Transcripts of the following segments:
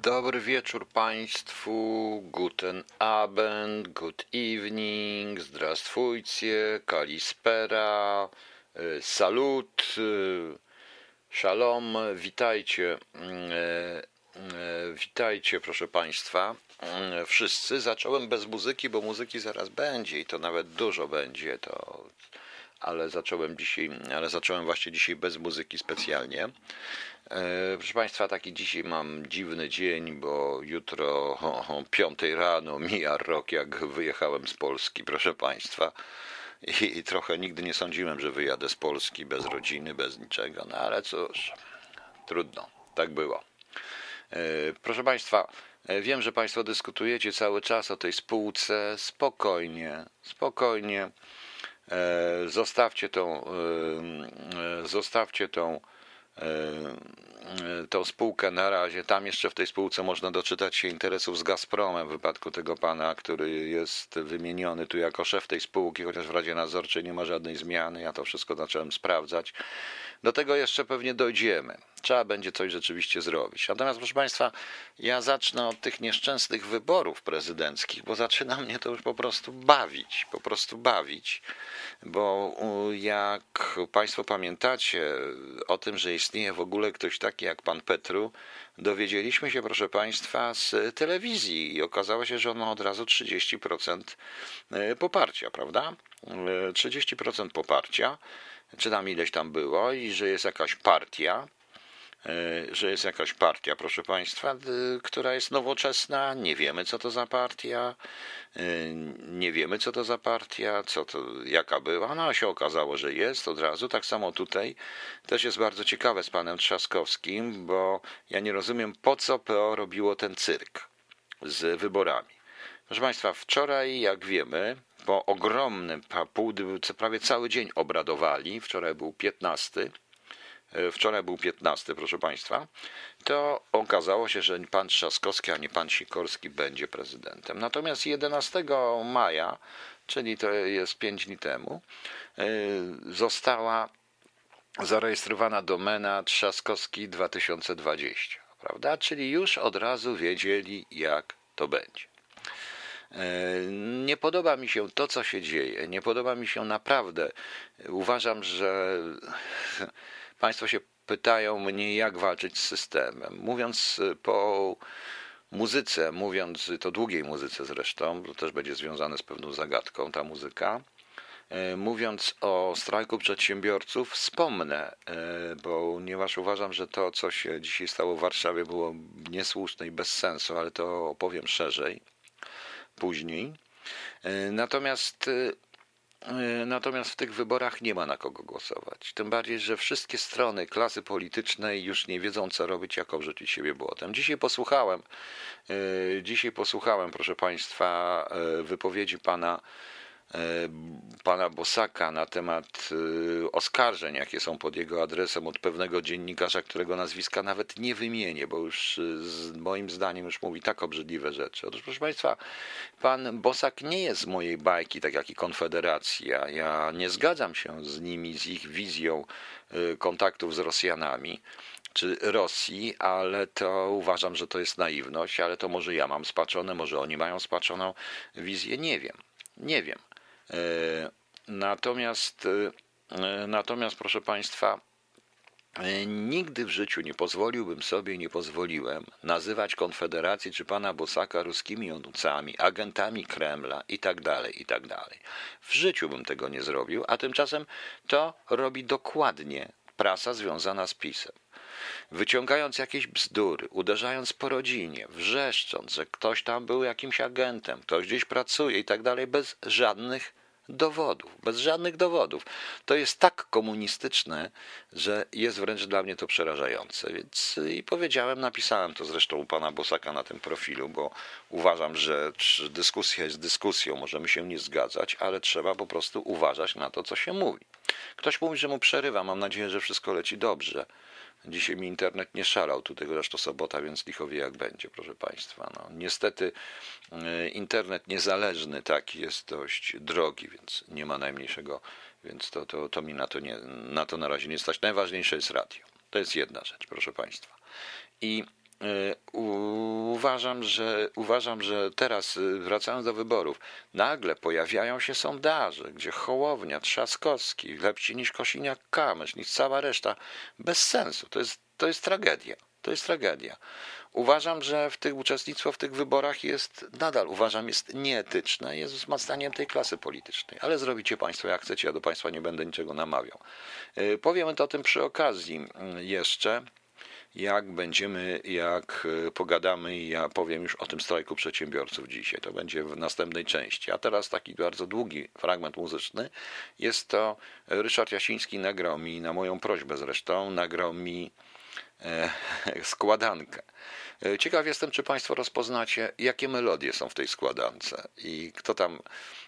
Dobry wieczór Państwu, guten Abend, good evening, zdrastwujcie, kalispera, salut, shalom, witajcie, witajcie proszę Państwa, wszyscy. Zacząłem bez muzyki, bo muzyki zaraz będzie i to nawet dużo będzie, ale zacząłem właśnie dzisiaj bez muzyki specjalnie. Proszę Państwa, taki dzisiaj mam dziwny dzień, bo jutro o 5 rano mija rok, jak wyjechałem z Polski, proszę Państwa. I trochę nigdy nie sądziłem, że wyjadę z Polski bez rodziny, bez niczego, no ale cóż, trudno, tak było. Proszę Państwa, wiem, że Państwo dyskutujecie cały czas o tej spółce, spokojnie, spokojnie. Zostawcie tą spółkę na razie. Tam jeszcze w tej spółce można doczytać się interesów z Gazpromem w wypadku tego pana, który jest wymieniony tu jako szef tej spółki, chociaż w Radzie Nadzorczej nie ma żadnej zmiany. Ja to wszystko zacząłem sprawdzać. Do tego jeszcze pewnie dojdziemy. Trzeba będzie coś rzeczywiście zrobić. Natomiast proszę Państwa, ja zacznę od tych nieszczęsnych wyborów prezydenckich, bo zaczyna mnie to już po prostu bawić, bo jak Państwo pamiętacie o tym, że istnieje w ogóle ktoś taki jak pan Petru, dowiedzieliśmy się, proszę Państwa, z telewizji i okazało się, że on ma od razu 30% poparcia, prawda? 30% poparcia, czy tam ileś tam było, i że jest jakaś partia, proszę Państwa, która jest nowoczesna. Nie wiemy, co to za partia, jaka była. No, się okazało, że jest od razu. Tak samo tutaj też jest bardzo ciekawe z panem Trzaskowskim, bo ja nie rozumiem, po co PO robiło ten cyrk z wyborami. Proszę Państwa, wczoraj, jak wiemy, po ogromnym, prawie cały dzień obradowali, wczoraj był 15, proszę Państwa, to okazało się, że pan Trzaskowski, a nie pan Sikorski będzie prezydentem. Natomiast 11 maja, czyli to jest 5 dni temu, została zarejestrowana domena Trzaskowski 2020, prawda? Czyli już od razu wiedzieli, jak to będzie. Nie podoba mi się to, co się dzieje. Nie podoba mi się naprawdę. Uważam, że Państwo się pytają mnie, jak walczyć z systemem. Mówiąc po muzyce, to długiej muzyce zresztą, to też będzie związane z pewną zagadką ta muzyka. Mówiąc o strajku przedsiębiorców, wspomnę, ponieważ uważam, że to, co się dzisiaj stało w Warszawie, było niesłuszne i bez sensu, ale to opowiem szerzej później. Natomiast w tych wyborach nie ma na kogo głosować. Tym bardziej, że wszystkie strony klasy politycznej już nie wiedzą, co robić, jak obrzucić siebie błotem. Dzisiaj posłuchałem, proszę Państwa, wypowiedzi pana Bosaka na temat oskarżeń, jakie są pod jego adresem od pewnego dziennikarza, którego nazwiska nawet nie wymienię, bo już moim zdaniem już mówi tak obrzydliwe rzeczy. Otóż, proszę Państwa, pan Bosak nie jest z mojej bajki, tak jak i Konfederacja. Ja nie zgadzam się z nimi, z ich wizją kontaktów z Rosjanami czy Rosji, ale to uważam, że to jest naiwność, ale to może ja mam spaczone, może oni mają spaczoną wizję, nie wiem. Natomiast proszę Państwa, nigdy w życiu nie pozwoliłbym sobie i nie pozwoliłem nazywać Konfederacji czy pana Bosaka ruskimi onucami, agentami Kremla i tak dalej. W życiu bym tego nie zrobił, a tymczasem to robi dokładnie prasa związana z PiS-em. Wyciągając jakieś bzdury, uderzając po rodzinie, wrzeszcząc, że ktoś tam był jakimś agentem, ktoś gdzieś pracuje i tak dalej, bez żadnych dowodów. To jest tak komunistyczne, że jest wręcz dla mnie to przerażające. Więc i napisałem to zresztą u pana Bosaka na tym profilu, bo uważam, że dyskusja jest dyskusją, możemy się nie zgadzać, ale trzeba po prostu uważać na to, co się mówi. Ktoś mówi, że mu przerywa, mam nadzieję, że wszystko leci dobrze. Dzisiaj mi internet nie szalał, tutaj zresztą sobota, więc licho wie jak będzie, proszę Państwa. No, niestety internet niezależny taki jest dość drogi, więc nie ma najmniejszego, więc to mi na to na razie nie stać. Najważniejsze jest radio. To jest jedna rzecz, proszę Państwa. I uważam, że teraz, wracając do wyborów, nagle pojawiają się sondaże, gdzie Hołownia, Trzaskowski, lepsi niż Kosiniak-Kamysz, niż cała reszta, bez sensu. To jest tragedia. To jest tragedia. Uważam, że uczestnictwo w tych wyborach jest nieetyczne, jest wzmacnianiem tej klasy politycznej. Ale zrobicie Państwo jak chcecie, ja do Państwa nie będę niczego namawiał. Powiem o tym przy okazji jeszcze, jak pogadamy i ja powiem już o tym strajku przedsiębiorców dzisiaj. To będzie w następnej części. A teraz taki bardzo długi fragment muzyczny. Jest to Ryszard Jasiński nagrał mi, na moją prośbę zresztą, nagrał mi składankę. Ciekaw jestem, czy Państwo rozpoznacie, jakie melodie są w tej składance i kto tam,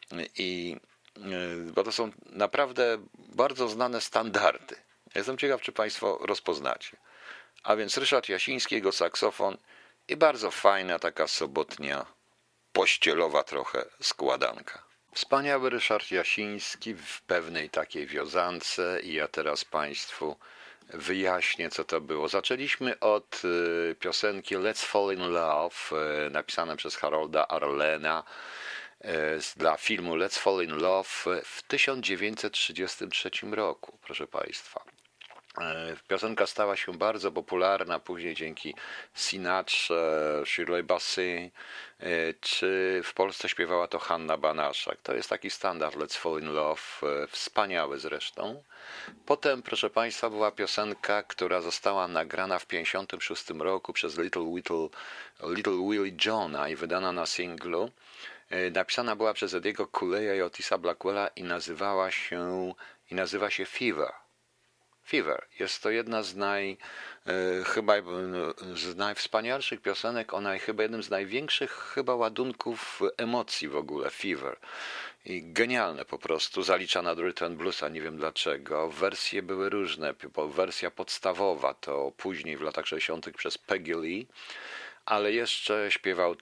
bo to są naprawdę bardzo znane standardy. Jestem ciekaw, czy Państwo rozpoznacie. A więc Ryszard Jasiński, jego saksofon i bardzo fajna taka sobotnia, pościelowa trochę składanka. Wspaniały Ryszard Jasiński w pewnej takiej wiązance i ja teraz Państwu wyjaśnię, co to było. Zaczęliśmy od piosenki Let's Fall in Love, napisane przez Harolda Arlena dla filmu Let's Fall in Love w 1933 roku, proszę Państwa. Piosenka stała się bardzo popularna później dzięki Sinatrze, Shirley Bassey, czy w Polsce śpiewała to Hanna Banaszak. To jest taki standard Let's Fall in Love, wspaniały zresztą. Potem, proszę Państwa, była piosenka, która została nagrana w 1956 roku przez Little Willie Johna i wydana na singlu. Napisana była przez Eddie'ego Cooley'a i Otisa Blackwella i nazywa się Fever. Fever. Jest to jedna chyba z najwspanialszych piosenek, ona chyba jednym z największych ładunków emocji w ogóle, Fever. I genialne po prostu, zaliczana do Rhythm and Bluesa, nie wiem dlaczego. Wersje były różne, wersja podstawowa to później w latach 60. przez Peggy Lee, ale jeszcze śpiewał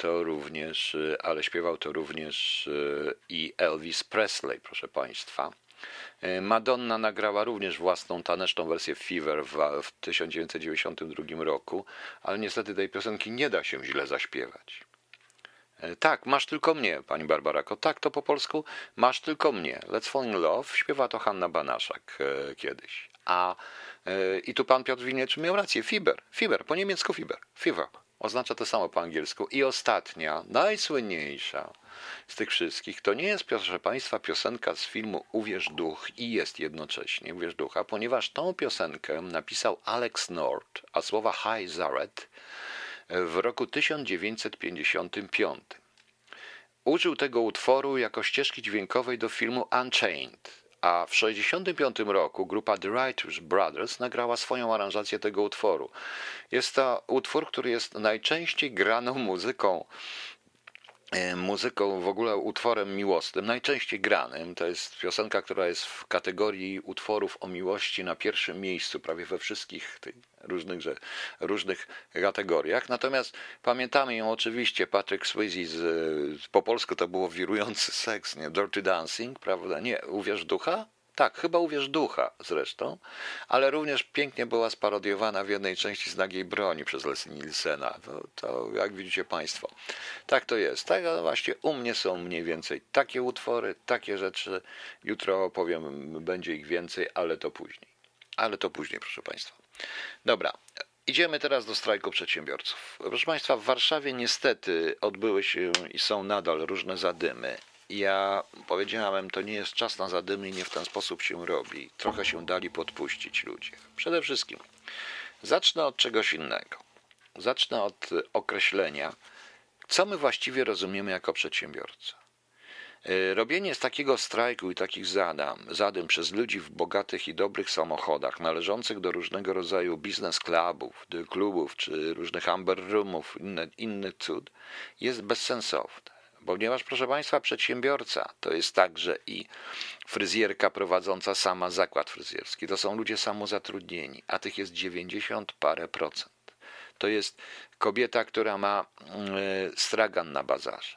to również i Elvis Presley, proszę Państwa. Madonna nagrała również własną taneczną wersję Fever w 1992 roku, ale niestety tej piosenki nie da się źle zaśpiewać. Tak, masz tylko mnie, pani Barbarako. Tak, to po polsku masz tylko mnie. Let's Fall in Love śpiewa to Hanna Banaszak kiedyś. I tu pan Piotr Winiewicz miał rację. Fever, po niemiecku Fever. Oznacza to samo po angielsku. I ostatnia, najsłynniejsza z tych wszystkich, to nie jest, proszę Państwa, piosenka z filmu Uwierz Duch i jest jednocześnie Uwierz Ducha, ponieważ tą piosenkę napisał Alex North, a słowa High Zaret w roku 1955. Użył tego utworu jako ścieżki dźwiękowej do filmu Unchained, a w 1965 roku grupa The Writers Brothers nagrała swoją aranżację tego utworu. Jest to utwór, który jest najczęściej graną muzyką w ogóle utworem miłosnym, najczęściej granym. To jest piosenka, która jest w kategorii utworów o miłości na pierwszym miejscu, prawie we wszystkich tych różnych kategoriach. Natomiast pamiętamy ją oczywiście, Patrick Swayze, po polsku to było Wirujący seks, nie? Dirty Dancing, prawda? Nie, Uwierz Ducha? Tak, chyba Uwierz Ducha zresztą, ale również pięknie była sparodiowana w jednej części z Nagiej Broni przez Leslie Nielsena. To jak widzicie Państwo, tak to jest. Tak, ale właśnie u mnie są mniej więcej takie utwory, takie rzeczy. Jutro opowiem, będzie ich więcej, ale to później. Proszę Państwa. Dobra, idziemy teraz do strajku przedsiębiorców. Proszę Państwa, w Warszawie niestety odbyły się i są nadal różne zadymy. Ja powiedziałem, to nie jest czas na zadymy i nie w ten sposób się robi. Trochę się dali podpuścić ludzie. Przede wszystkim zacznę od czegoś innego. Zacznę od określenia, co my właściwie rozumiemy jako przedsiębiorca. Robienie z takiego strajku i takich zadym przez ludzi w bogatych i dobrych samochodach, należących do różnego rodzaju biznes klubów czy różnych amber roomów, inny cud, jest bezsensowne. Ponieważ, proszę Państwa, przedsiębiorca to jest także i fryzjerka prowadząca sama zakład fryzjerski. To są ludzie samozatrudnieni, a tych jest 90 parę procent. To jest kobieta, która ma stragan na bazarze.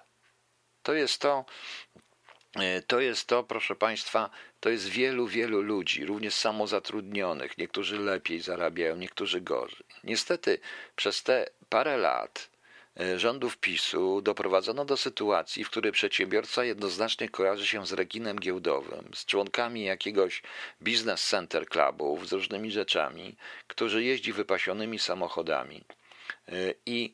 To jest to, proszę Państwa, to jest wielu ludzi, również samozatrudnionych. Niektórzy lepiej zarabiają, niektórzy gorzej. Niestety przez te parę lat rządów PiS-u doprowadzono do sytuacji, w której przedsiębiorca jednoznacznie kojarzy się z rekinem giełdowym, z członkami jakiegoś business center clubów, z różnymi rzeczami, którzy jeździ wypasionymi samochodami i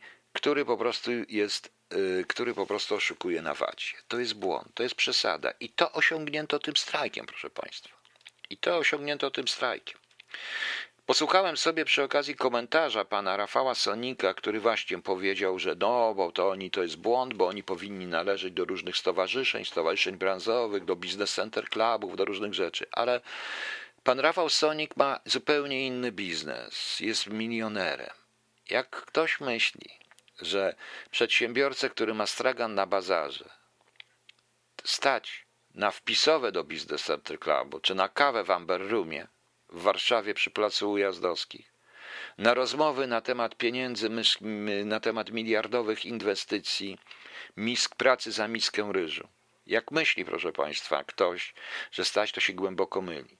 który po prostu oszukuje na VAT-ie. To jest błąd, to jest przesada i to osiągnięto tym strajkiem, proszę Państwa. I to osiągnięto tym strajkiem. Posłuchałem sobie przy okazji komentarza pana Rafała Sonika, który właśnie powiedział, że no, bo to jest błąd, bo oni powinni należeć do różnych stowarzyszeń branżowych, do business center clubów, do różnych rzeczy, ale pan Rafał Sonik ma zupełnie inny biznes, jest milionerem. Jak ktoś myśli, że przedsiębiorcę, który ma stragan na bazarze, stać na wpisowe do business center clubu, czy na kawę w Amber Roomie, w Warszawie przy Placu Ujazdowskich, na rozmowy na temat pieniędzy, na temat miliardowych inwestycji, misk pracy za miskę ryżu. Jak myśli, proszę Państwa, ktoś, że stać, to się głęboko myli.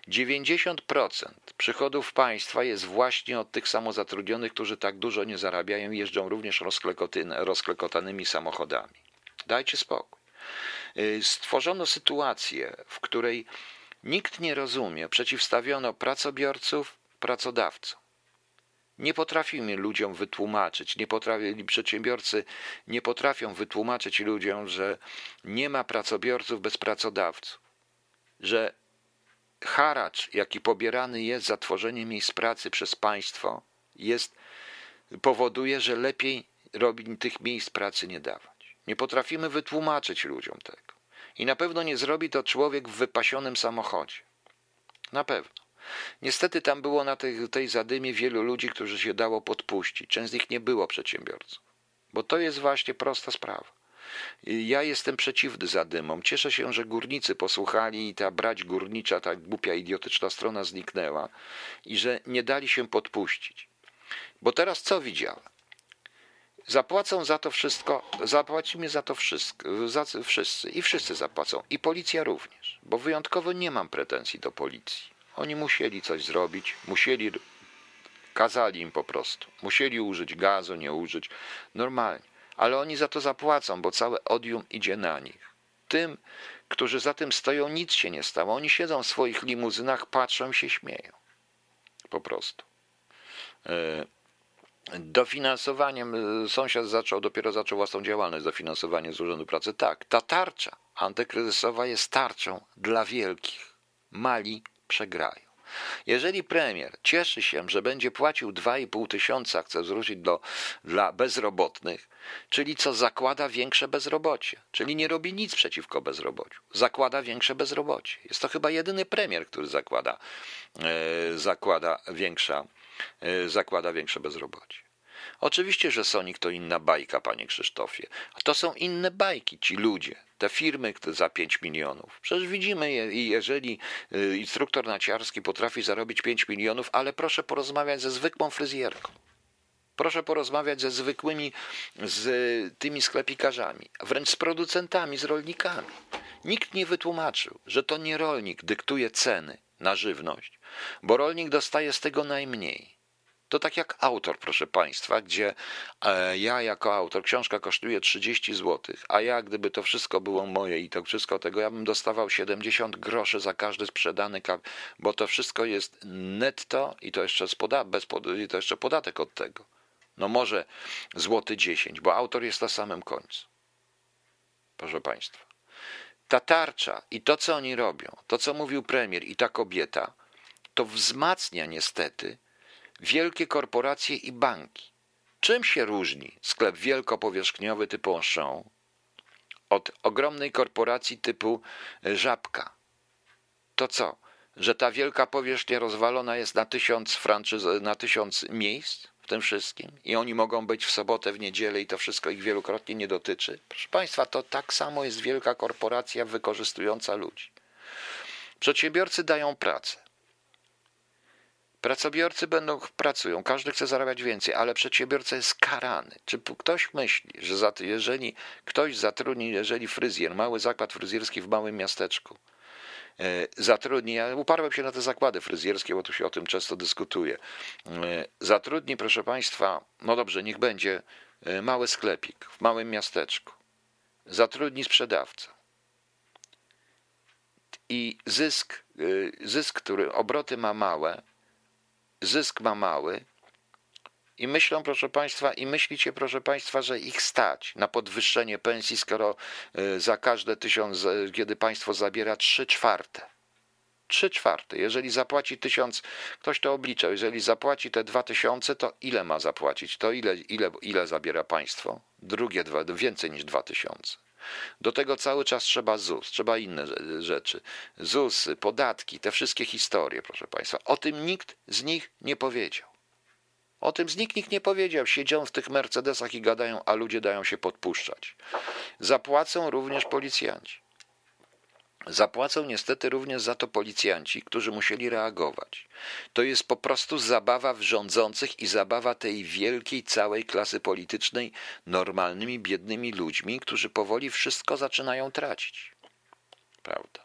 90% przychodów państwa jest właśnie od tych samozatrudnionych, którzy tak dużo nie zarabiają i jeżdżą również rozklekotanymi samochodami. Dajcie spokój. Stworzono sytuację, w której nikt nie rozumie, przeciwstawiono pracobiorców pracodawcom. Nie potrafimy ludziom wytłumaczyć, przedsiębiorcy nie potrafią wytłumaczyć ludziom, że nie ma pracobiorców bez pracodawców, że haracz, jaki pobierany jest za tworzenie miejsc pracy przez państwo, powoduje, że lepiej tych miejsc pracy nie dawać. Nie potrafimy wytłumaczyć ludziom tego. I na pewno nie zrobi to człowiek w wypasionym samochodzie. Na pewno. Niestety tam było na tej zadymie wielu ludzi, którzy się dało podpuścić. Część z nich nie było przedsiębiorców. Bo to jest właśnie prosta sprawa. Ja jestem przeciwny zadymom. Cieszę się, że górnicy posłuchali i ta brać górnicza, ta głupia, idiotyczna strona zniknęła i że nie dali się podpuścić. Bo teraz co widziałem? Zapłacą za to wszystko, zapłacimy za to wszystko, wszyscy i wszyscy zapłacą i policja również, bo wyjątkowo nie mam pretensji do policji. Oni musieli coś zrobić, kazali im po prostu, musieli użyć gazu, nie użyć, normalnie, ale oni za to zapłacą, bo całe odium idzie na nich. Tym, którzy za tym stoją, nic się nie stało, oni siedzą w swoich limuzynach, patrzą i się śmieją, po prostu. Dofinansowaniem sąsiad dopiero zaczął własną działalność, dofinansowanie z Urzędu Pracy. Tak, ta tarcza antykryzysowa jest tarczą dla wielkich. Mali przegrają. Jeżeli premier cieszy się, że będzie płacił 2,5 tysiąca, chce zwrócić dla bezrobotnych, czyli co zakłada większe bezrobocie, czyli nie robi nic przeciwko bezrobociu, zakłada większe bezrobocie. Jest to chyba jedyny premier, który zakłada większe bezrobocie. Oczywiście, że Sonik to inna bajka, panie Krzysztofie. To są inne bajki, ci ludzie, te firmy za 5 milionów. Przecież widzimy, jeżeli instruktor narciarski potrafi zarobić 5 milionów, ale proszę porozmawiać ze zwykłą fryzjerką. Proszę porozmawiać z tymi sklepikarzami, wręcz z producentami, z rolnikami. Nikt nie wytłumaczył, że to nie rolnik dyktuje ceny na żywność, bo rolnik dostaje z tego najmniej. To tak jak autor, proszę Państwa, gdzie ja jako autor, książka kosztuje 30 zł, a ja, gdyby to wszystko było moje i to wszystko tego, ja bym dostawał 70 groszy za każdy sprzedany bo to wszystko jest netto i to jeszcze i to jeszcze podatek od tego. No może złoty 10, bo autor jest na samym końcu. Proszę Państwa. Ta tarcza i to, co oni robią, to, co mówił premier i ta kobieta, to wzmacnia niestety wielkie korporacje i banki. Czym się różni sklep wielkopowierzchniowy typu Auchan od ogromnej korporacji typu Żabka? To co? Że ta wielka powierzchnia rozwalona jest na 1000 miejsc w tym wszystkim i oni mogą być w sobotę, w niedzielę i to wszystko ich wielokrotnie nie dotyczy? Proszę Państwa, to tak samo jest wielka korporacja wykorzystująca ludzi. Przedsiębiorcy dają pracę. Pracobiorcy pracują, każdy chce zarabiać więcej, ale przedsiębiorca jest karany. Czy ktoś myśli, że jeżeli ktoś zatrudni, jeżeli fryzjer, mały zakład fryzjerski w małym miasteczku zatrudni, ja uparłem się na te zakłady fryzjerskie, bo tu się o tym często dyskutuje, zatrudni, proszę Państwa, no dobrze, niech będzie mały sklepik w małym miasteczku, zatrudni sprzedawcę i zysk, który obroty ma małe, zysk ma mały i myślą, proszę Państwa, i myślicie, proszę Państwa, że ich stać na podwyższenie pensji, skoro za każde 1000, kiedy państwo zabiera 3/4. 3/4. Jeżeli zapłaci 1000, ktoś to obliczał, jeżeli zapłaci te 2000, to ile ma zapłacić? To ile zabiera państwo? Drugie więcej niż 2000. Do tego cały czas trzeba ZUS, trzeba inne rzeczy. ZUS, podatki, te wszystkie historie, proszę Państwa. O tym nikt z nich nie powiedział. O tym nikt nie powiedział. Siedzą w tych Mercedesach i gadają, a ludzie dają się podpuszczać. Zapłacą również policjanci. Zapłacą niestety również za to policjanci, którzy musieli reagować. To jest po prostu zabawa w rządzących i zabawa tej wielkiej całej klasy politycznej normalnymi, biednymi ludźmi, którzy powoli wszystko zaczynają tracić. Prawda?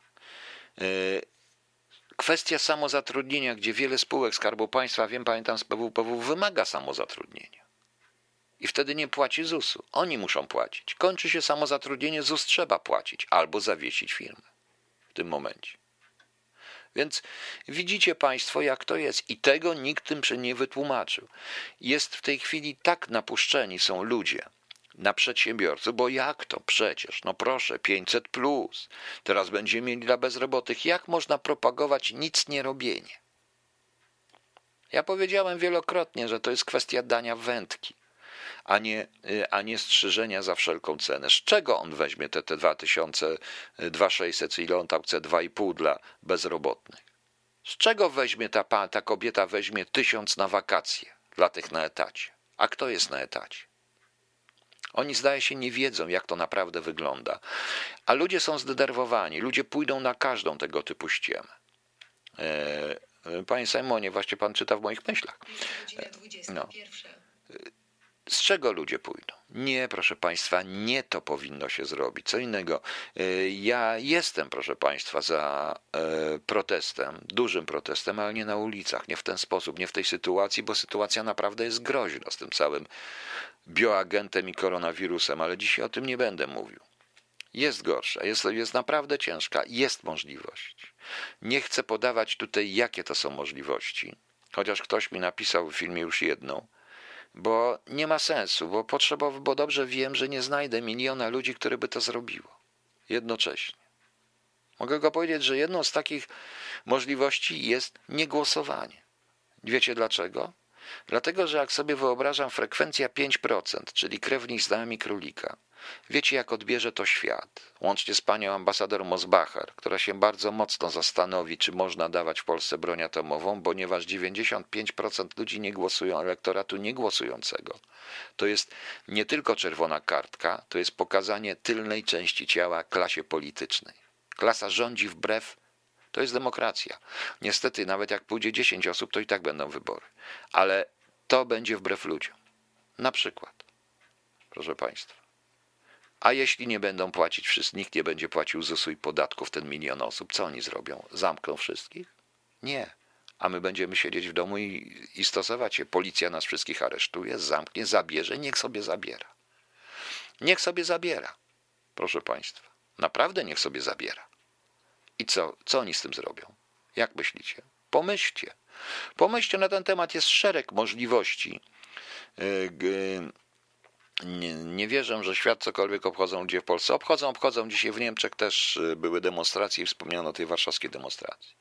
Kwestia samozatrudnienia, gdzie wiele spółek Skarbu Państwa, pamiętam z PWPW, wymaga samozatrudnienia. I wtedy nie płaci ZUS-u. Oni muszą płacić. Kończy się samozatrudnienie, ZUS trzeba płacić albo zawiesić firmę w tym momencie. Więc widzicie Państwo, jak to jest. I tego nikt tym nie wytłumaczył. Jest w tej chwili tak napuszczeni są ludzie na przedsiębiorców, bo jak to przecież, no proszę, 500+, teraz będziemy mieli dla bezrobotnych. Jak można propagować nic nie robienie? Ja powiedziałem wielokrotnie, że to jest kwestia dania wędki, a nie strzyżenia za wszelką cenę. Z czego on weźmie te 2000, 2600, ile on tam chce, 2,5 dla bezrobotnych? Z czego weźmie ta kobieta weźmie 1000 na wakacje dla tych na etacie? A kto jest na etacie? Oni zdaje się nie wiedzą, jak to naprawdę wygląda. A ludzie są zdenerwowani. Ludzie pójdą na każdą tego typu ściemę. Panie Simonie, właśnie pan czyta w moich myślach. No. Z czego ludzie pójdą? Nie, proszę Państwa, nie to powinno się zrobić. Co innego. Ja jestem, proszę Państwa, za protestem, dużym protestem, ale nie na ulicach, nie w ten sposób, nie w tej sytuacji, bo sytuacja naprawdę jest groźna z tym całym bioagentem i koronawirusem, ale dzisiaj o tym nie będę mówił. Jest gorsza, jest naprawdę ciężka, jest możliwość. Nie chcę podawać tutaj, jakie to są możliwości, chociaż ktoś mi napisał w filmie już jedną, bo nie ma sensu, bo dobrze wiem, że nie znajdę miliona ludzi, które by to zrobiło jednocześnie. Mogę tylko powiedzieć, że jedną z takich możliwości jest niegłosowanie. Wiecie dlaczego? Dlatego, że jak sobie wyobrażam frekwencja 5%, czyli krewnych z nami królika, wiecie jak odbierze to świat, łącznie z panią ambasador Mosbacher, która się bardzo mocno zastanowi, czy można dawać w Polsce broń atomową, ponieważ 95% ludzi nie głosują, elektoratu niegłosującego. To jest nie tylko czerwona kartka, to jest pokazanie tylnej części ciała klasie politycznej. Klasa rządzi wbrew. To jest demokracja. Niestety, nawet jak pójdzie 10 osób, to i tak będą wybory. Ale to będzie wbrew ludziom. Na przykład. Proszę Państwa. A jeśli nie będą płacić wszyscy, nikt nie będzie płacił ZUS-u i podatków, ten 1 milion osób, co oni zrobią? Zamkną wszystkich? Nie. A my będziemy siedzieć w domu i stosować się. Policja nas wszystkich aresztuje, zamknie, zabierze, niech sobie zabiera. Niech sobie zabiera. Proszę Państwa. Naprawdę niech sobie zabiera. I co oni z tym zrobią? Jak myślicie? Pomyślcie. Pomyślcie na ten temat. Jest szereg możliwości. Nie wierzę, że świat cokolwiek obchodzą ludzie w Polsce. Obchodzą. Dzisiaj w Niemczech też były demonstracje i wspomniano o tej warszawskiej demonstracji.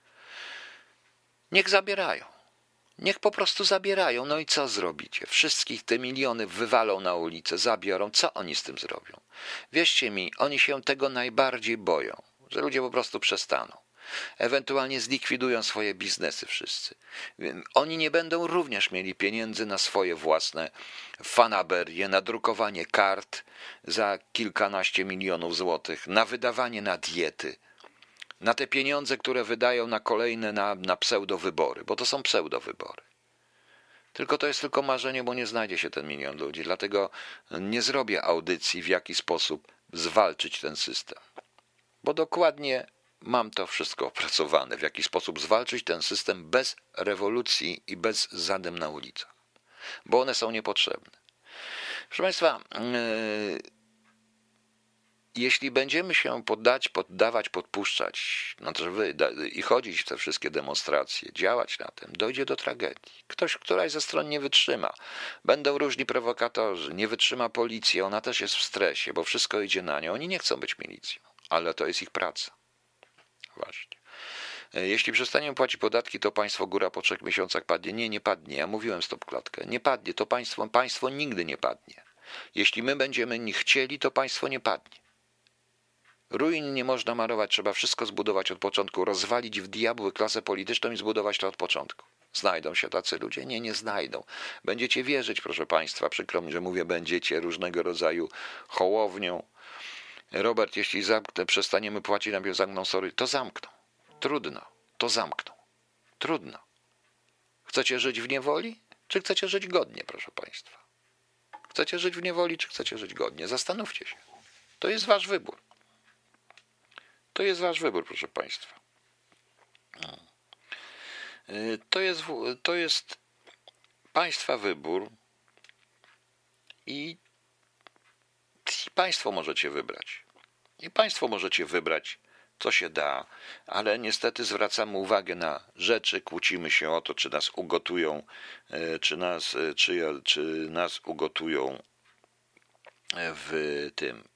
Niech zabierają. Niech po prostu zabierają. No i co zrobicie? Wszystkich te miliony wywalą na ulicę, zabiorą. Co oni z tym zrobią? Wierzcie mi, oni się tego najbardziej boją. Że ludzie po prostu przestaną. Ewentualnie zlikwidują swoje biznesy wszyscy. Oni nie będą również mieli pieniędzy na swoje własne fanaberie, na drukowanie kart za kilkanaście milionów złotych, na wydawanie na diety, na te pieniądze, które wydają na kolejne, na pseudowybory, bo to są pseudowybory. Tylko to jest tylko marzenie, bo nie znajdzie się ten 1 milion ludzi. Dlatego nie zrobię audycji, w jaki sposób zwalczyć ten system. Bo dokładnie mam to wszystko opracowane, w jaki sposób zwalczyć ten system bez rewolucji i bez zadym na ulicach. Bo one są niepotrzebne. Proszę Państwa, jeśli będziemy się poddawać, podpuszczać, i chodzić w te wszystkie demonstracje, działać na tym, dojdzie do tragedii. Któraś ze stron nie wytrzyma. Będą różni prowokatorzy, nie wytrzyma policja, ona też jest w stresie, bo wszystko idzie na nią. Oni nie chcą być milicją, ale to jest ich praca. Właśnie. Jeśli przestaniemy płacić podatki, to państwo góra po 3 miesiącach padnie. Nie padnie. Ja mówiłem stopklatkę. Nie padnie. To państwo nigdy nie padnie. Jeśli my będziemy nie chcieli, to państwo nie padnie. Ruin nie można marować, trzeba wszystko zbudować od początku, rozwalić w diabły klasę polityczną i zbudować to od początku. Znajdą się tacy ludzie? Nie znajdą. Będziecie wierzyć, proszę Państwa, przykro mi, że mówię, będziecie różnego rodzaju hołownią. Robert, jeśli przestaniemy płacić, najpierw zamkną, to zamkną. Trudno, to zamkną. Trudno. Chcecie żyć w niewoli, czy chcecie żyć godnie, proszę Państwa? Chcecie żyć w niewoli, czy chcecie żyć godnie? Zastanówcie się. To jest wasz wybór. To jest wasz wybór, proszę Państwa. To jest Państwa wybór i Państwo możecie wybrać. I Państwo możecie wybrać, co się da, ale niestety zwracamy uwagę na rzeczy, kłócimy się o to, czy nas ugotują, czy nas ugotują w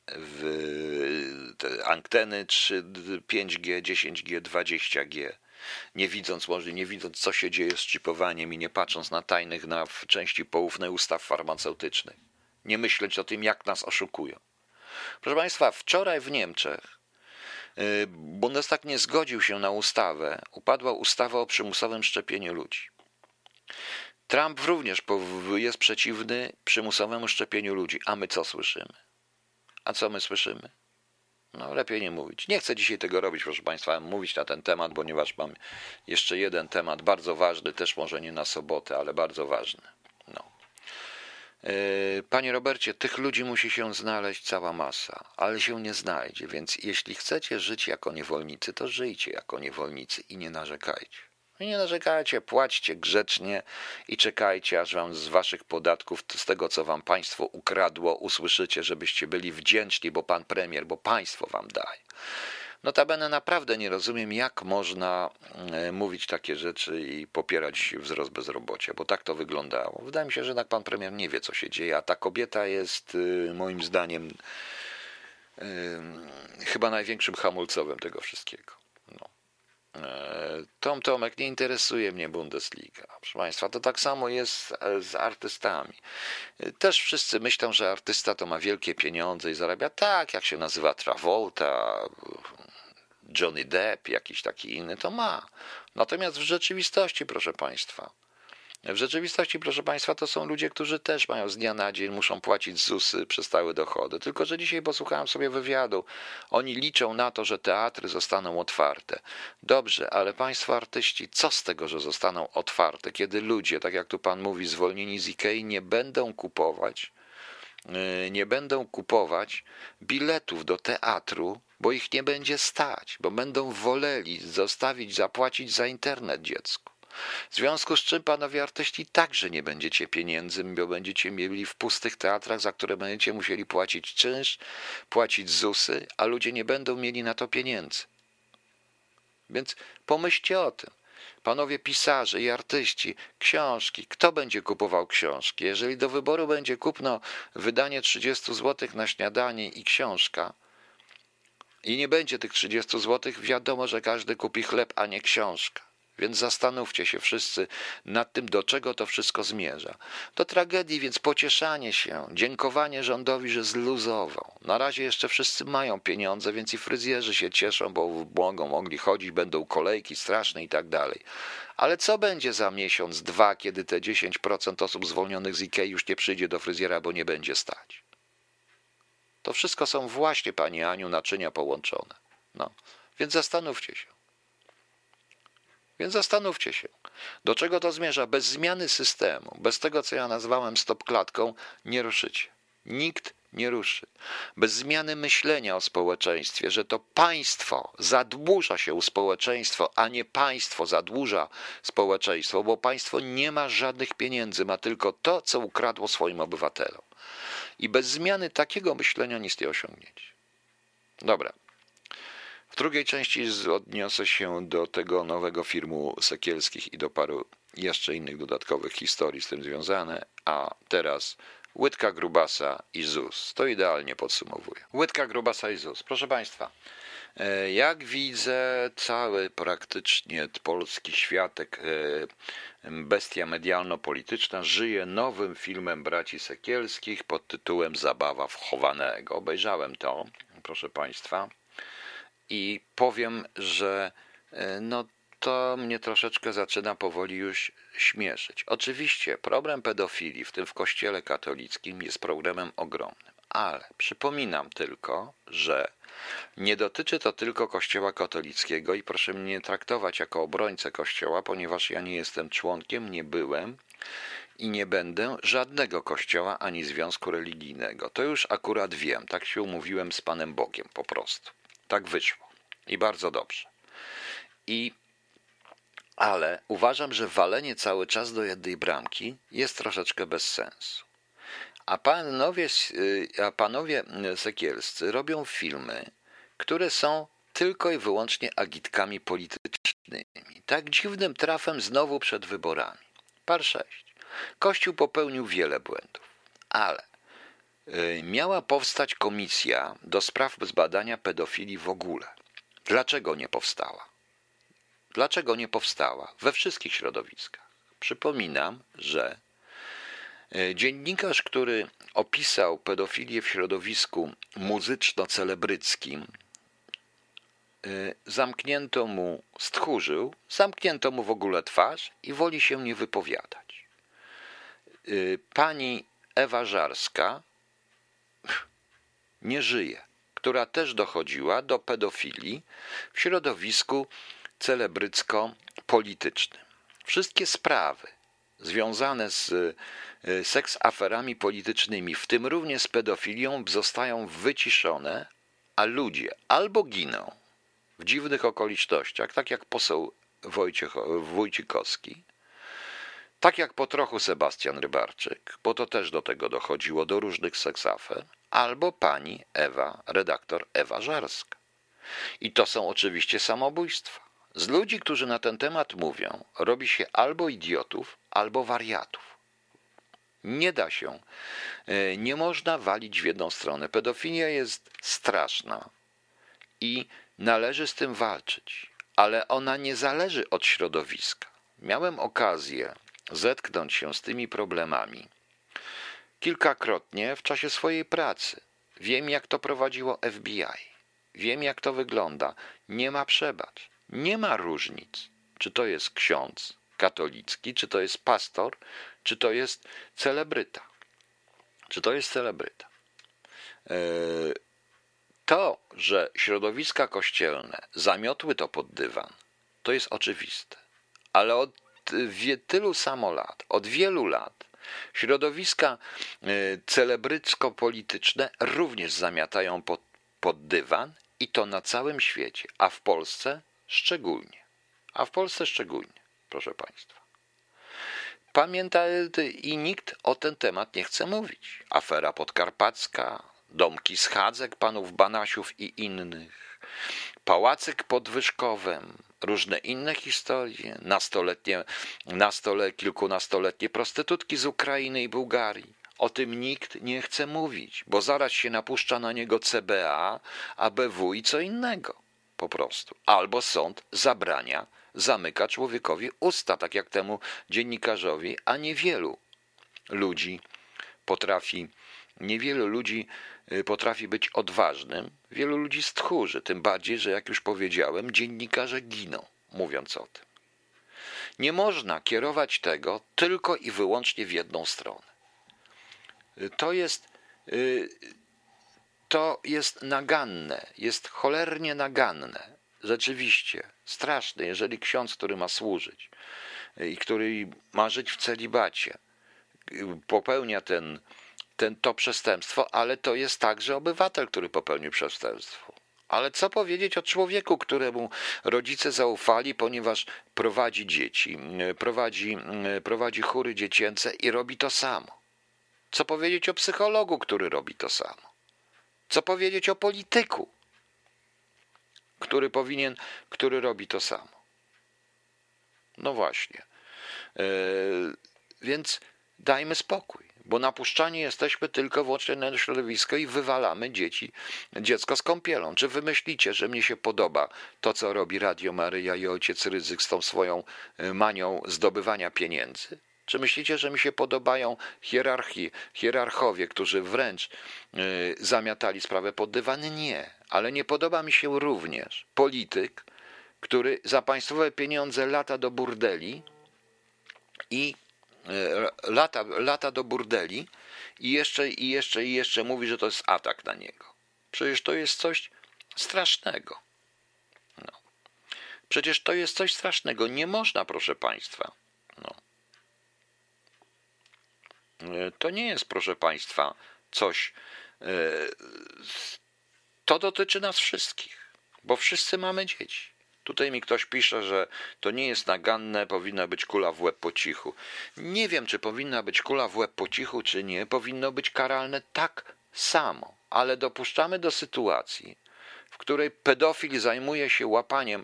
te anteny 5G, 10G, 20G, nie widząc, co się dzieje z chipowaniem i nie patrząc na tajnych, w części poufnej ustaw farmaceutycznych. Nie myśleć o tym, jak nas oszukują. Proszę Państwa, wczoraj w Niemczech Bundestag nie zgodził się na ustawę, upadła ustawa o przymusowym szczepieniu ludzi. Trump również jest przeciwny przymusowemu szczepieniu ludzi. A my co słyszymy? A co my słyszymy? No lepiej nie mówić. Nie chcę dzisiaj tego robić, proszę Państwa, mówić na ten temat, ponieważ mam jeszcze jeden temat, bardzo ważny, też może nie na sobotę, ale bardzo ważny. No. Panie Robercie, tych ludzi musi się znaleźć cała masa, ale się nie znajdzie, więc jeśli chcecie żyć jako niewolnicy, to żyjcie jako niewolnicy i nie narzekajcie. Nie narzekajcie, płaćcie grzecznie i czekajcie, aż wam z waszych podatków, z tego co wam państwo ukradło, usłyszycie, żebyście byli wdzięczni, bo pan premier, bo państwo wam daje. Notabene naprawdę nie rozumiem, jak można mówić takie rzeczy i popierać wzrost bezrobocia, bo tak to wyglądało. Wydaje mi się, że jednak pan premier nie wie, co się dzieje, a ta kobieta jest moim zdaniem chyba największym hamulcowym tego wszystkiego. No. Tomek, nie interesuje mnie Bundesliga. Proszę Państwa, to tak samo jest z artystami. Też wszyscy myślą, że artysta to ma wielkie pieniądze i zarabia tak, jak się nazywa Travolta, Johnny Depp, jakiś taki inny, to ma. Natomiast w rzeczywistości, proszę Państwa, to są ludzie, którzy też mają z dnia na dzień, muszą płacić ZUS-y przez stałe dochody. Tylko że dzisiaj posłuchałem sobie wywiadu. Oni liczą na to, że teatry zostaną otwarte. Dobrze, ale Państwo artyści, co z tego, że zostaną otwarte, kiedy ludzie, tak jak tu Pan mówi, zwolnieni z Ikei, nie będą kupować biletów do teatru, bo ich nie będzie stać, bo będą woleli zapłacić za internet dziecku. W związku z czym, panowie artyści, także nie będziecie pieniędzy, bo będziecie mieli w pustych teatrach, za które będziecie musieli płacić czynsz, płacić ZUS-y, a ludzie nie będą mieli na to pieniędzy. Więc pomyślcie o tym. Panowie pisarze i artyści, książki, kto będzie kupował książki? Jeżeli do wyboru będzie wydanie 30 zł na śniadanie i książka i nie będzie tych 30 zł, wiadomo, że każdy kupi chleb, a nie książkę. Więc zastanówcie się wszyscy nad tym, do czego to wszystko zmierza. Do tragedii, więc pocieszanie się, dziękowanie rządowi, że zluzował. Na razie jeszcze wszyscy mają pieniądze, więc i fryzjerzy się cieszą, bo będą mogli chodzić, będą kolejki straszne i tak dalej. Ale co będzie za miesiąc, 2, kiedy te 10% osób zwolnionych z Ikei już nie przyjdzie do fryzjera, bo nie będzie stać? To wszystko są właśnie, Pani Aniu, naczynia połączone. No, więc zastanówcie się. Do czego to zmierza? Bez zmiany systemu, bez tego, co ja nazwałem stopklatką, nie ruszycie. Nikt nie ruszy. Bez zmiany myślenia o społeczeństwie, że to państwo zadłuża się u społeczeństwa, a nie państwo zadłuża społeczeństwo, bo państwo nie ma żadnych pieniędzy, ma tylko to, co ukradło swoim obywatelom. I bez zmiany takiego myślenia nic nie osiągniecie. Dobra. W drugiej części odniosę się do tego nowego filmu Sekielskich i do paru jeszcze innych dodatkowych historii z tym związane, a teraz Łydka Grubasa i ZUS. To idealnie podsumowuje. Łydka Grubasa i ZUS. Proszę Państwa, jak widzę, cały praktycznie polski światek, bestia medialno-polityczna żyje nowym filmem braci Sekielskich pod tytułem Zabawa wchowanego. Obejrzałem to, proszę Państwa, i powiem, że to mnie troszeczkę zaczyna powoli już śmieszyć. Oczywiście problem pedofilii, w tym w Kościele katolickim, jest problemem ogromnym, ale przypominam tylko, że nie dotyczy to tylko Kościoła katolickiego i proszę mnie nie traktować jako obrońcę Kościoła, ponieważ ja nie jestem członkiem, nie byłem i nie będę żadnego kościoła ani związku religijnego. To już akurat wiem, tak się umówiłem z Panem Bogiem po prostu. Tak wyszło i bardzo dobrze. Ale uważam, że walenie cały czas do jednej bramki jest troszeczkę bez sensu. A panowie Sekielscy robią filmy, które są tylko i wyłącznie agitkami politycznymi. Tak dziwnym trafem znowu przed wyborami. Par 6. Kościół popełnił wiele błędów, ale miała powstać komisja do spraw zbadania pedofilii w ogóle. Dlaczego nie powstała? Dlaczego nie powstała? We wszystkich środowiskach. Przypominam, że dziennikarz, który opisał pedofilię w środowisku muzyczno-celebryckim, zamknięto mu w ogóle twarz i woli się nie wypowiadać. Pani Ewa Żarska nie żyje, która też dochodziła do pedofilii w środowisku celebrycko-politycznym. Wszystkie sprawy związane z seksaferami politycznymi, w tym również z pedofilią, zostają wyciszone, a ludzie albo giną w dziwnych okolicznościach, tak jak poseł Wójcikowski, tak jak po trochu Sebastian Rybarczyk, bo to też do tego dochodziło, do różnych seksafer, albo pani redaktor Ewa Żarska. I to są oczywiście samobójstwa. Z ludzi, którzy na ten temat mówią, robi się albo idiotów, albo wariatów. Nie da się, nie można walić w jedną stronę. Pedofilia jest straszna i należy z tym walczyć, ale ona nie zależy od środowiska. Miałem okazję zetknąć się z tymi problemami kilkakrotnie w czasie swojej pracy. Wiem, jak to prowadziło FBI. Wiem, jak to wygląda. Nie ma przebacz. Nie ma różnic. Czy to jest ksiądz katolicki, czy to jest pastor, czy to jest celebryta. To, że środowiska kościelne zamiotły to pod dywan, to jest oczywiste. Ale od tylu samo lat, od wielu lat, środowiska celebrycko-polityczne również zamiatają pod dywan i to na całym świecie, a w Polsce szczególnie. Proszę Państwa. I nikt o ten temat nie chce mówić. Afera podkarpacka, domki schadzek panów Banasiów i innych, pałacyk pod Wyszkowem, różne inne historie, kilkunastoletnie prostytutki z Ukrainy i Bułgarii. O tym nikt nie chce mówić, bo zaraz się napuszcza na niego CBA, ABW i co innego po prostu. Albo sąd zamyka człowiekowi usta, tak jak temu dziennikarzowi, a niewielu ludzi potrafi być odważnym, wielu ludzi stchórzy, tym bardziej, że jak już powiedziałem, dziennikarze giną, mówiąc o tym. Nie można kierować tego tylko i wyłącznie w jedną stronę. To jest naganne, jest cholernie naganne, rzeczywiście straszne, jeżeli ksiądz, który ma służyć i który ma żyć w celibacie, popełnia to przestępstwo, ale to jest także obywatel, który popełnił przestępstwo. Ale co powiedzieć o człowieku, któremu rodzice zaufali, ponieważ prowadzi dzieci, prowadzi chóry dziecięce i robi to samo. Co powiedzieć o psychologu, który robi to samo? Co powiedzieć o polityku, który robi to samo? No właśnie. Więc dajmy spokój, bo napuszczani jesteśmy tylko wyłącznie na środowisko i wywalamy dziecko z kąpielą. Czy wy myślicie, że mnie się podoba to, co robi Radio Maryja i ojciec Rydzyk z tą swoją manią zdobywania pieniędzy? Czy myślicie, że mi się podobają hierarchowie, którzy wręcz zamiatali sprawę pod dywan? Nie, ale nie podoba mi się również polityk, który za państwowe pieniądze lata do burdeli i jeszcze mówi, że to jest atak na niego. Przecież to jest coś strasznego. No. Przecież to jest coś strasznego. Nie można, proszę państwa. No. To nie jest, proszę państwa, coś. To dotyczy nas wszystkich, bo wszyscy mamy dzieci. Tutaj mi ktoś pisze, że to nie jest naganne, powinna być kula w łeb po cichu. Nie wiem, czy powinna być kula w łeb po cichu, czy nie. Powinno być karalne tak samo, ale dopuszczamy do sytuacji, w której pedofil zajmuje się łapaniem,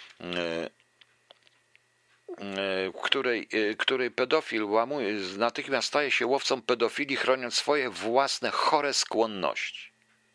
której pedofil natychmiast staje się łowcą pedofilii, chroniąc swoje własne chore skłonności.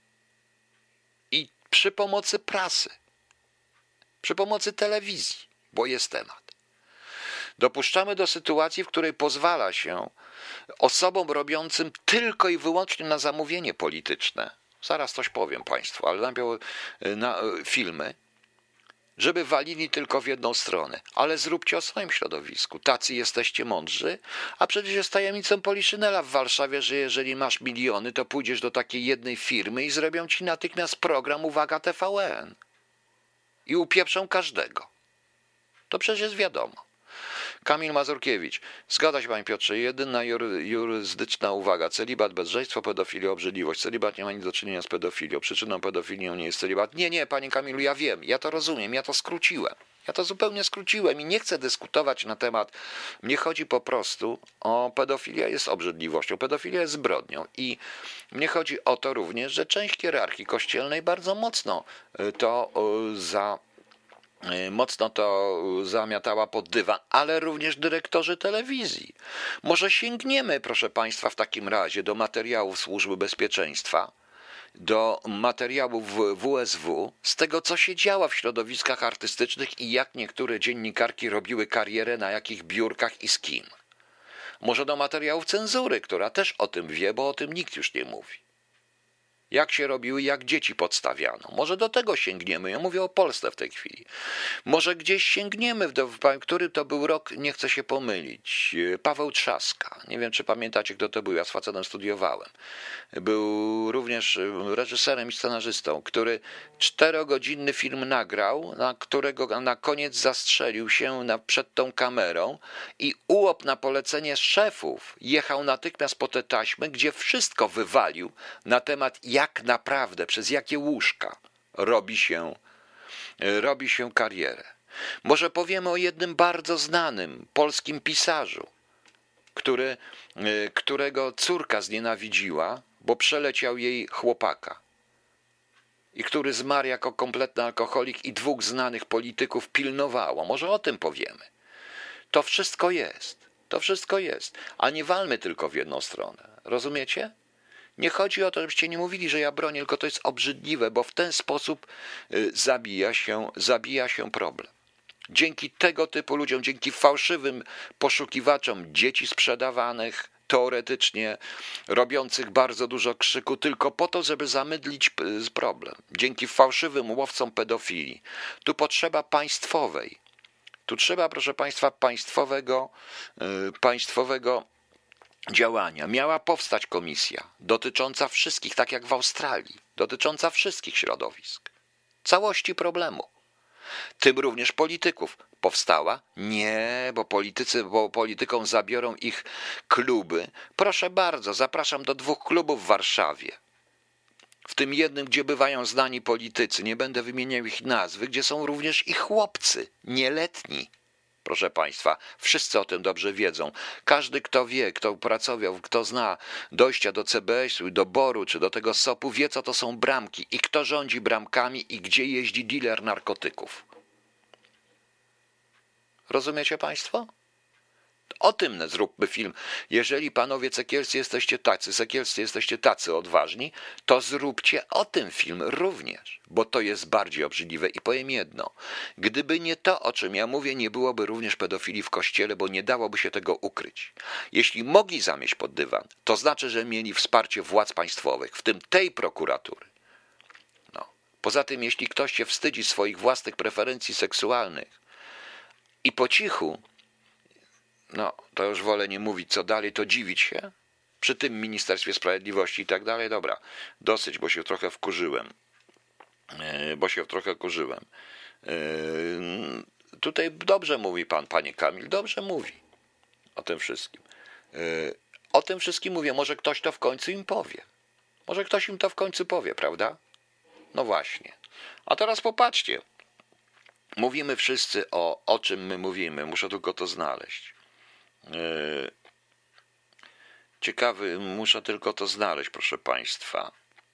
I przy pomocy prasy, przy pomocy telewizji, bo jest temat. Dopuszczamy do sytuacji, w której pozwala się osobom robiącym tylko i wyłącznie na zamówienie polityczne, zaraz coś powiem państwu, ale najpierw na filmy, żeby walili tylko w jedną stronę. Ale zróbcie o swoim środowisku. Tacy jesteście mądrzy, a przecież jest tajemnicą poliszynela w Warszawie, że jeżeli masz miliony, to pójdziesz do takiej jednej firmy i zrobią ci natychmiast program Uwaga TVN. I upieprzą każdego. To przecież jest wiadomo. Kamil Mazurkiewicz. Zgadza się, panie Piotrze. Jedyna jurysdyczna uwaga. Celibat, bezżeństwo, pedofilia, obrzydliwość. Celibat nie ma nic do czynienia z pedofilią. Przyczyną pedofilii nie jest celibat. Nie, panie Kamilu, ja wiem. Ja to rozumiem. Ja to skróciłem. Ja to zupełnie skróciłem i nie chcę dyskutować na temat. Mnie chodzi po prostu o pedofilia jest obrzydliwością. Pedofilia jest zbrodnią. I mnie chodzi o to również, że część hierarchii kościelnej bardzo mocno to zamiatała pod dywan, ale również dyrektorzy telewizji. Może sięgniemy, proszę państwa, w takim razie do materiałów Służby Bezpieczeństwa, do materiałów WSW, z tego, co się działo w środowiskach artystycznych i jak niektóre dziennikarki robiły karierę, na jakich biurkach i z kim. Może do materiałów cenzury, która też o tym wie, bo o tym nikt już nie mówi. Jak się robiły, jak dzieci podstawiano. Może do tego sięgniemy. Ja mówię o Polsce w tej chwili. Może gdzieś sięgniemy, który to był rok, nie chcę się pomylić. Paweł Trzaska. Nie wiem, czy pamiętacie, kto to był. Ja z facetem studiowałem. Był również reżyserem i scenarzystą, który 4-godzinny film nagrał, na którego na koniec zastrzelił się przed tą kamerą i UOP na polecenie szefów jechał natychmiast po te taśmy, gdzie wszystko wywalił na temat, jak naprawdę, przez jakie łóżka robi się karierę. Może powiemy o jednym bardzo znanym polskim pisarzu, którego córka znienawidziła, bo przeleciał jej chłopaka i który zmarł jako kompletny alkoholik i 2 znanych polityków pilnowało. Może o tym powiemy. To wszystko jest, a nie walmy tylko w jedną stronę. Rozumiecie? Nie chodzi o to, żebyście nie mówili, że ja bronię, tylko to jest obrzydliwe, bo w ten sposób zabija się problem. Dzięki tego typu ludziom, dzięki fałszywym poszukiwaczom dzieci sprzedawanych, teoretycznie robiących bardzo dużo krzyku tylko po to, żeby zamydlić problem. Dzięki fałszywym łowcom pedofilii. Tu potrzeba państwowej. Tu trzeba, proszę państwa, państwowego działania. Miała powstać komisja dotycząca wszystkich, tak jak w Australii, dotycząca wszystkich środowisk, całości problemu, tym również polityków. Powstała? Nie, bo politykom zabiorą ich kluby. Proszę bardzo, zapraszam do 2 klubów w Warszawie. W tym jednym, gdzie bywają znani politycy, nie będę wymieniał ich nazwy, gdzie są również i chłopcy, nieletni. proszę Państwa. Wszyscy o tym dobrze wiedzą. Każdy, kto wie, kto pracował, kto zna dojścia do CBS-u, do BOR-u czy do tego SOP-u, wie, co to są bramki i kto rządzi bramkami i gdzie jeździ dealer narkotyków. Rozumiecie Państwo? O tym zróbmy film. Jeżeli panowie Sekielscy jesteście tacy odważni, to zróbcie o tym film również, bo to jest bardziej obrzydliwe. I powiem jedno, gdyby nie to, o czym ja mówię, nie byłoby również pedofilii w kościele, bo nie dałoby się tego ukryć. Jeśli mogli zamieść pod dywan, to znaczy, że mieli wsparcie władz państwowych, w tym tej prokuratury. No. Poza tym, jeśli ktoś się wstydzi swoich własnych preferencji seksualnych i po cichu, no, to już wolę nie mówić co dalej, to dziwić się przy tym Ministerstwie Sprawiedliwości i tak dalej. Dobra, dosyć, bo się trochę wkurzyłem. Tutaj dobrze mówi pan, panie Kamil, dobrze mówi o tym wszystkim. O tym wszystkim mówię, może ktoś to w końcu im powie. Może ktoś im to w końcu powie, prawda? No właśnie. A teraz popatrzcie. Mówimy wszyscy o czym my mówimy. Muszę tylko to znaleźć. Ciekawy, muszę tylko to znaleźć, proszę Państwa.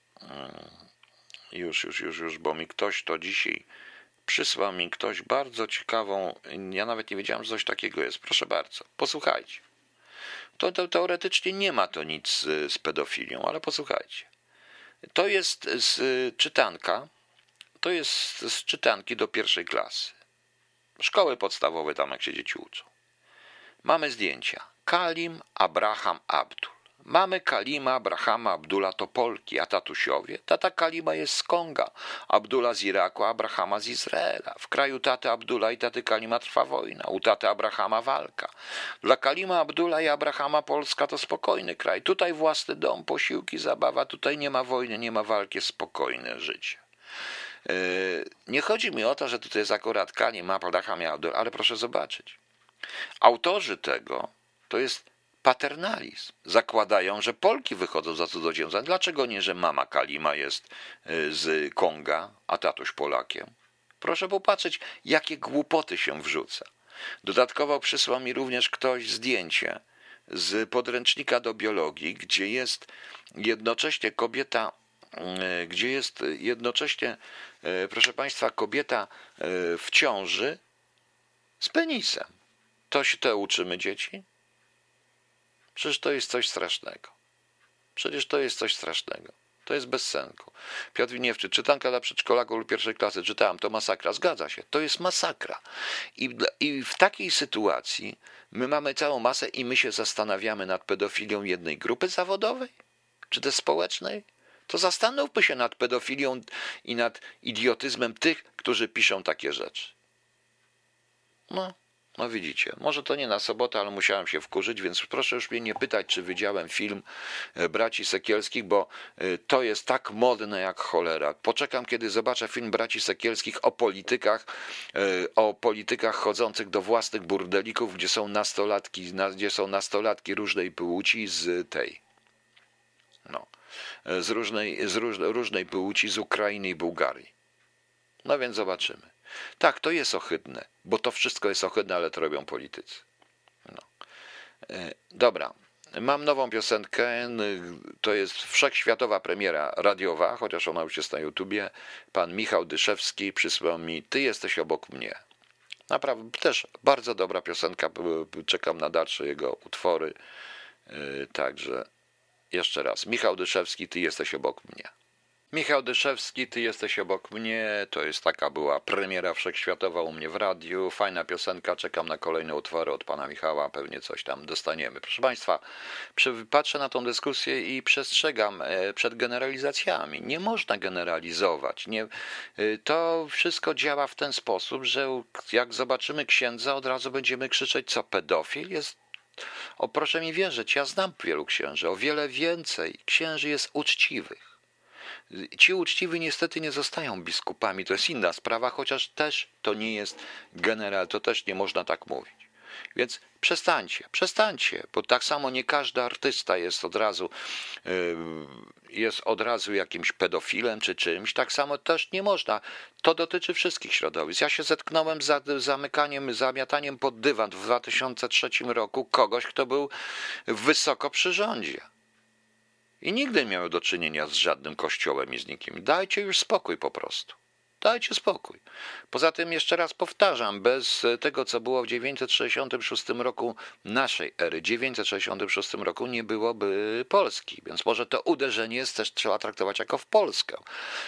Już, bo mi ktoś to dzisiaj przysłał mi ktoś bardzo ciekawą, ja nawet nie wiedziałem, że coś takiego jest. Proszę bardzo, posłuchajcie. To teoretycznie nie ma to nic z pedofilią, ale posłuchajcie. To jest czytanka, to jest z czytanki do 1. klasy. Szkoły podstawowe, tam jak się dzieci uczą. Mamy zdjęcia. Kalim, Abraham, Abdul. Mamy Kalima, Abrahama, Abdula to Polki, a tatusiowie? Tata Kalima jest z Konga, Abdula z Iraku, a Abrahama z Izraela. W kraju taty Abdula i taty Kalima trwa wojna, u taty Abrahama walka. Dla Kalima, Abdula i Abrahama Polska to spokojny kraj. Tutaj własny dom, posiłki, zabawa. Tutaj nie ma wojny, nie ma walki, jest spokojne życie. Nie chodzi mi o to, że tutaj jest akurat Kalim, Abraham i Abdul, ale proszę zobaczyć. Autorzy tego to jest paternalizm. Zakładają, że Polki wychodzą za cudzoziemca. Dlaczego nie, że mama Kalima jest z Konga, a tatuś Polakiem? Proszę popatrzeć, jakie głupoty się wrzuca. Dodatkowo przysłał mi również ktoś zdjęcie z podręcznika do biologii, gdzie jest jednocześnie kobieta, proszę Państwa, kobieta w ciąży z penisem. To uczymy dzieci? Przecież to jest coś strasznego. To jest bez sensu. Piotr Winiewczy, czytanka dla przedszkolaków lub 1. klasy. Czytałem, to masakra. Zgadza się, to jest masakra. I w takiej sytuacji my mamy całą masę i my się zastanawiamy nad pedofilią jednej grupy zawodowej? Czy też społecznej? To zastanówmy się nad pedofilią i nad idiotyzmem tych, którzy piszą takie rzeczy. No widzicie, może to nie na sobotę, ale musiałem się wkurzyć, więc proszę już mnie nie pytać, czy widziałem film Braci Sekielskich, bo to jest tak modne jak cholera. Poczekam, kiedy zobaczę film Braci Sekielskich o politykach chodzących do własnych burdelików, gdzie są nastolatki różnej płci różnej płci z Ukrainy i Bułgarii. No więc zobaczymy. Tak, to jest ohydne, bo to wszystko jest ohydne, ale to robią politycy. Dobra, mam nową piosenkę, to jest wszechświatowa premiera radiowa, chociaż ona już jest na YouTubie. Pan Michał Dyszewski przysłał mi Ty jesteś obok mnie. Naprawdę też bardzo dobra piosenka, czekam na dalsze jego utwory. Także jeszcze raz, Michał Dyszewski, Ty jesteś obok mnie. Michał Dyszewski, Ty jesteś obok mnie, to jest taka była premiera wszechświatowa u mnie w radiu, fajna piosenka, czekam na kolejne utwory od pana Michała, pewnie coś tam dostaniemy. Proszę Państwa, patrzę na tą dyskusję i przestrzegam przed generalizacjami. Nie można generalizować. To wszystko działa w ten sposób, że jak zobaczymy księdza, od razu będziemy krzyczeć, co pedofil jest. Proszę mi wierzyć, ja znam wielu księży, o wiele więcej księży jest uczciwych. Ci uczciwi niestety nie zostają biskupami, to jest inna sprawa, chociaż też to nie jest generał, to też nie można tak mówić. Więc przestańcie, bo tak samo nie każdy artysta jest od razu jakimś pedofilem czy czymś, tak samo też nie można. To dotyczy wszystkich środowisk. Ja się zetknąłem z zamiataniem pod dywan w 2003 roku kogoś, kto był wysoko przy rządzie. I nigdy nie miał do czynienia z żadnym kościołem i z nikim. Dajcie już spokój po prostu. Dajcie spokój. Poza tym jeszcze raz powtarzam, bez tego, co było w 966 roku naszej ery, 966 roku nie byłoby Polski, więc może to uderzenie jest też trzeba traktować jako w Polskę.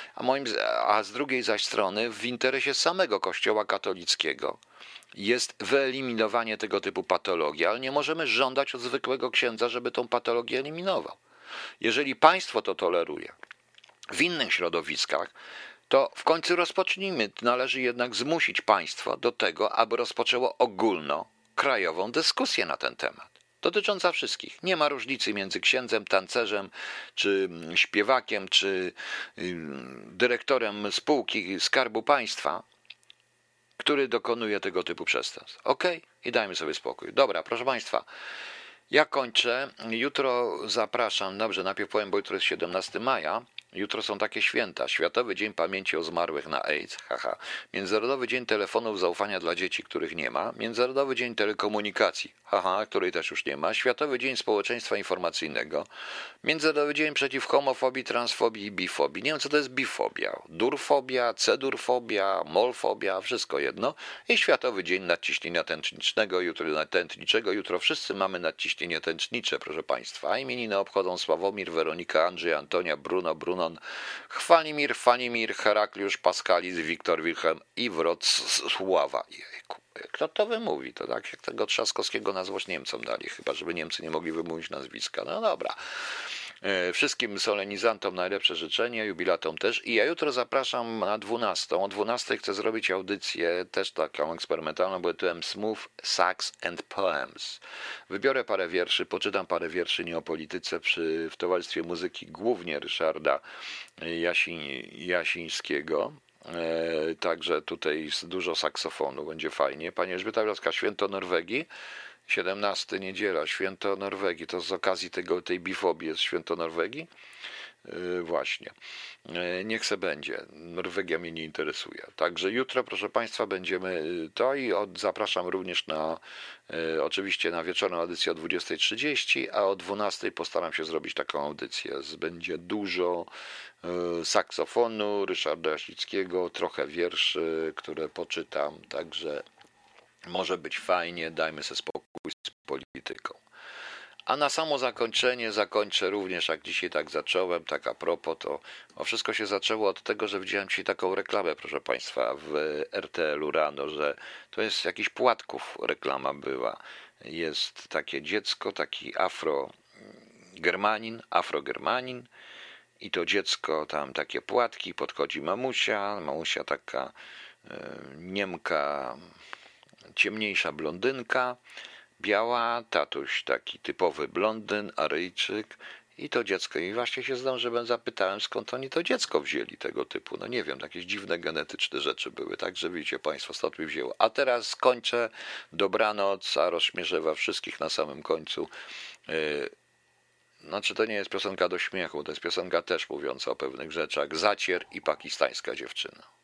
A z drugiej zaś strony w interesie samego Kościoła katolickiego jest wyeliminowanie tego typu patologii, ale nie możemy żądać od zwykłego księdza, żeby tą patologię eliminował. Jeżeli państwo to toleruje w innych środowiskach, to w końcu rozpocznijmy. Należy jednak zmusić państwo do tego, aby rozpoczęło ogólnokrajową dyskusję na ten temat. Dotycząca wszystkich. Nie ma różnicy między księdzem, tancerzem, czy śpiewakiem, czy dyrektorem spółki Skarbu Państwa, który dokonuje tego typu przestępstw. Okej? I dajmy sobie spokój. Dobra, proszę państwa. Ja kończę. Jutro zapraszam. Dobrze, najpierw powiem, bo jutro jest 17 maja. Jutro są takie święta. Światowy Dzień Pamięci o Zmarłych na AIDS. Haha. Międzynarodowy Dzień Telefonów Zaufania dla Dzieci, których nie ma. Międzynarodowy Dzień Telekomunikacji. Haha, której też już nie ma. Światowy Dzień Społeczeństwa Informacyjnego. Międzynarodowy Dzień przeciw homofobii, transfobii i bifobii. Nie wiem, co to jest bifobia. Durfobia, cedurfobia, molfobia, wszystko jedno. I Światowy Dzień Nadciśnienia Tętniczego. Jutro wszyscy mamy nadciśnienie tętnicze, proszę państwa. A imieniny obchodzą Sławomir, Weronika, Andrzej, Antonia, Brunon, Fanimir, Herakliusz, Paskalis, Wiktor, Wilhelm i Wrocława. Jejku, kto to wymówi? To tak jak tego Trzaskowskiego na złość Niemcom dali, chyba żeby Niemcy nie mogli wymówić nazwiska. No dobra. Wszystkim solenizantom najlepsze życzenia, jubilatom też. I ja jutro zapraszam na 12. O 12 chcę zrobić audycję, też taką eksperymentalną, bo tytułem Smooth Sax and Poems. Wybiorę parę wierszy, poczytam parę wierszy nie o polityce w Towarzystwie Muzyki, głównie Ryszarda Jasińskiego. Także tutaj jest dużo saksofonu, będzie fajnie. Pani Elżbieta Wioska, święto Norwegii. 17 niedziela, święto Norwegii. To z okazji tej bifobii jest święto Norwegii? Właśnie. Niech se będzie. Norwegia mnie nie interesuje. Także jutro, proszę państwa, będziemy to i zapraszam również oczywiście na wieczorną edycję o 20:30, a o 12:00 postaram się zrobić taką audycję. Będzie dużo saksofonu Ryszarda Jasickiego, trochę wierszy, które poczytam, także może być fajnie, dajmy sobie spokój z polityką. A na samo zakończenie zakończę również, jak dzisiaj tak zacząłem, tak a propos, to wszystko się zaczęło od tego, że widziałem dzisiaj taką reklamę, proszę państwa, w RTL-u rano, że to jest jakiś Płatków reklama była. Jest takie dziecko, taki afrogermanin i to dziecko tam takie płatki, podchodzi mamusia taka Niemka, ciemniejsza blondynka, biała, tatuś taki typowy blondyn, Aryjczyk i to dziecko. I właśnie się zdążyłem, zapytałem, skąd oni to dziecko wzięli tego typu. No nie wiem, jakieś dziwne genetyczne rzeczy były, także widzicie państwo, stąd mi wzięło. A teraz kończę, dobranoc, a rozśmierzę wszystkich na samym końcu. Znaczy to nie jest piosenka do śmiechu, to jest piosenka też mówiąca o pewnych rzeczach. Zacier i pakistańska dziewczyna.